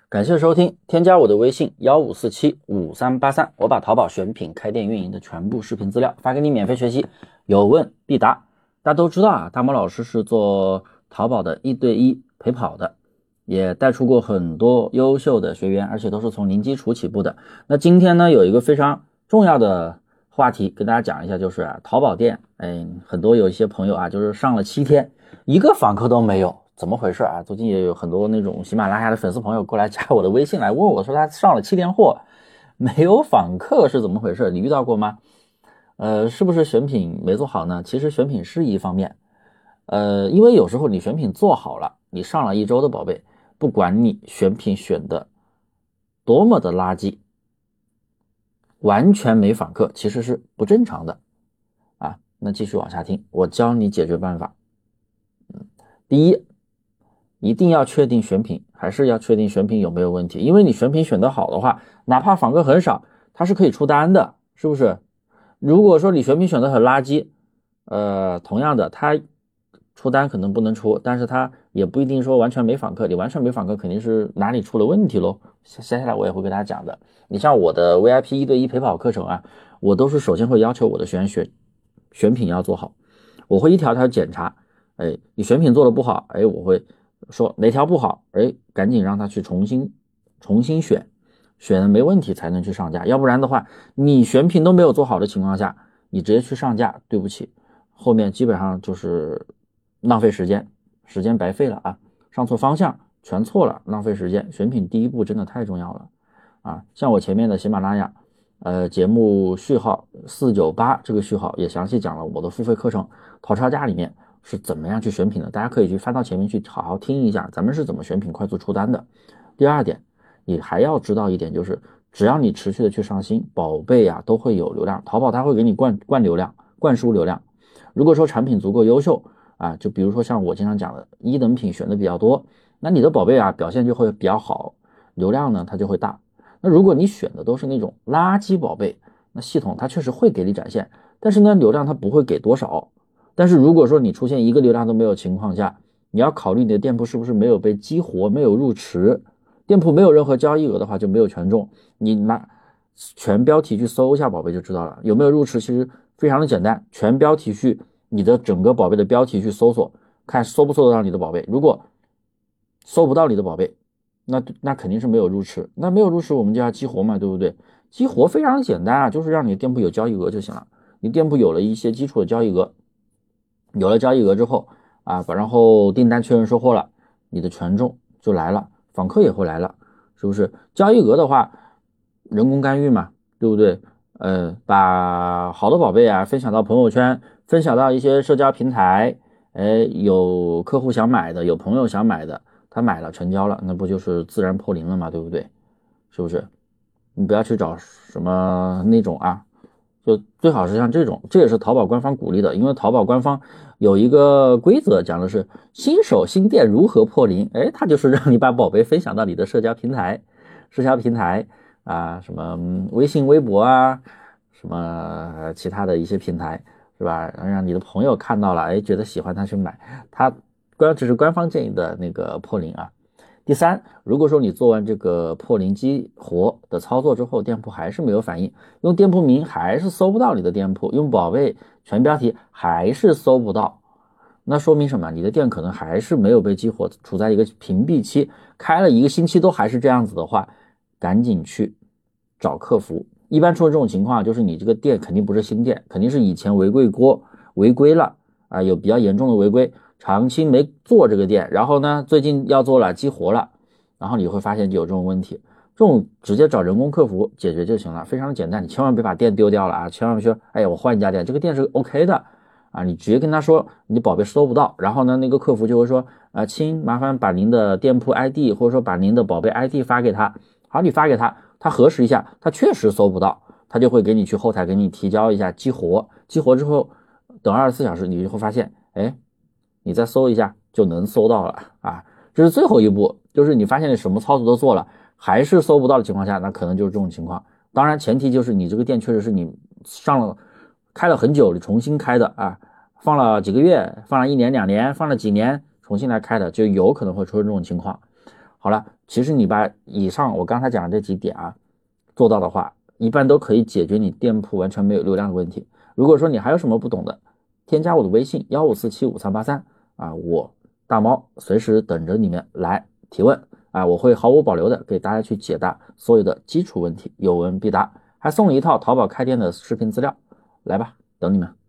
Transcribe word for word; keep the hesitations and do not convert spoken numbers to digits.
感谢收听，添加我的微信幺五四七五三八三，我把淘宝选品开店运营的全部视频资料发给你免费学习，有问必答。大家都知道啊，大毛老师是做淘宝的一对一陪跑的，也带出过很多优秀的学员，而且都是从零基础起步的。那今天呢，有一个非常重要的话题跟大家讲一下，就是啊，淘宝店，哎，很多有一些朋友啊，就是上了七天，一个访客都没有。怎么回事啊？最近也有很多那种喜马拉雅的粉丝朋友过来加我的微信来问我，说他上了七天货没有访客是怎么回事？你遇到过吗？呃，是不是选品没做好呢？其实选品是一方面，呃，因为有时候你选品做好了，你上了一周的宝贝，不管你选品选的多么的垃圾，完全没访客，其实是不正常的啊。那继续往下听，我教你解决办法。嗯，第一，一定要确定选品，还是要确定选品有没有问题，因为你选品选得好的话，哪怕访客很少，它是可以出单的，是不是？如果说你选品选得很垃圾，呃，同样的，它出单可能不能出，但是它也不一定说完全没访客，你完全没访客肯定是哪里出了问题咯。接下来我也会给大家讲的。你像我的 V I P 一对一陪跑课程啊，我都是首先会要求我的学员选选品要做好，我会一条条检查，哎，你选品做的不好，哎，我会说哪条不好，哎，赶紧让他去重新重新选，选的没问题才能去上架，要不然的话，你选品都没有做好的情况下，你直接去上架，对不起，后面基本上就是浪费时间，时间白费了啊，上错方向，全错了，浪费时间。选品第一步真的太重要了啊！像我前面的喜马拉雅，呃，节目序号四九八这个序号也详细讲了我的付费课程《淘差价》里面是怎么样去选品的，大家可以去翻到前面去好好听一下，咱们是怎么选品快速出单的。第二点，你还要知道一点，就是只要你持续的去上新，宝贝啊都会有流量，淘宝它会给你灌灌流量，灌输流量。如果说产品足够优秀啊，就比如说像我经常讲的一等品选的比较多，那你的宝贝啊表现就会比较好，流量呢它就会大。那如果你选的都是那种垃圾宝贝，那系统它确实会给你展现，但是呢流量它不会给多少。但是如果说你出现一个流量都没有情况下，你要考虑你的店铺是不是没有被激活，没有入池，店铺没有任何交易额的话就没有权重，你拿全标题去搜一下宝贝就知道了，有没有入池其实非常的简单，全标题去你的整个宝贝的标题去搜索，看搜不搜得到你的宝贝，如果搜不到你的宝贝，那那肯定是没有入池，那没有入池我们就要激活嘛，对不对？激活非常简单啊，就是让你的店铺有交易额就行了，你店铺有了一些基础的交易额，有了交易额之后啊，然后订单确认收货了，你的权重就来了，访客也会来了，是不是？交易额的话，人工干预嘛，对不对？呃，把好的宝贝啊分享到朋友圈，分享到一些社交平台，哎，有客户想买的，有朋友想买的，他买了成交了，那不就是自然破零了嘛，对不对？是不是？你不要去找什么那种啊，就最好是像这种，这也是淘宝官方鼓励的，因为淘宝官方有一个规则讲的是新手新店如何破零，哎，它就是让你把宝贝分享到你的社交平台，社交平台啊，什么微信、微博啊，什么其他的一些平台，是吧？让你的朋友看到了，哎，觉得喜欢他去买，他官这是官方建议的那个破零啊。第三，如果说你做完这个破零激活的操作之后，店铺还是没有反应，用店铺名还是搜不到你的店铺，用宝贝全标题还是搜不到，那说明什么？你的店可能还是没有被激活，处在一个屏蔽期，开了一个星期都还是这样子的话，赶紧去找客服。一般出现这种情况，就是你这个店肯定不是新店，肯定是以前违规锅违规了啊，有比较严重的违规。长期没做这个店，然后呢最近要做了，激活了，然后你会发现就有这种问题，这种直接找人工客服解决就行了，非常简单，你千万别把店丢掉了啊，千万别说哎呀我换一家店，这个店是 OK 的啊，你直接跟他说你宝贝搜不到，然后呢那个客服就会说啊、呃、亲麻烦把您的店铺 I D 或者说把您的宝贝 I D 发给他，好，你发给他，他核实一下，他确实搜不到，他就会给你去后台给你提交一下激活，激活之后等二十四小时你就会发现哎你再搜一下就能搜到了啊，这是最后一步，就是你发现你什么操作都做了，还是搜不到的情况下，那可能就是这种情况。当然前提就是你这个店确实是你上了开了很久，你重新开的啊，放了几个月，放了一年两年，放了几年重新来开的，就有可能会出现这种情况。 好了，其实你把以上我刚才讲的这几点啊做到的话，一般都可以解决你店铺完全没有流量的问题。如果说你还有什么不懂的，添加我的微信幺五四七五三八三啊，我大猫随时等着你们来提问啊，我会毫无保留的给大家去解答所有的基础问题，有问必答，还送你一套淘宝开店的视频资料，来吧，等你们。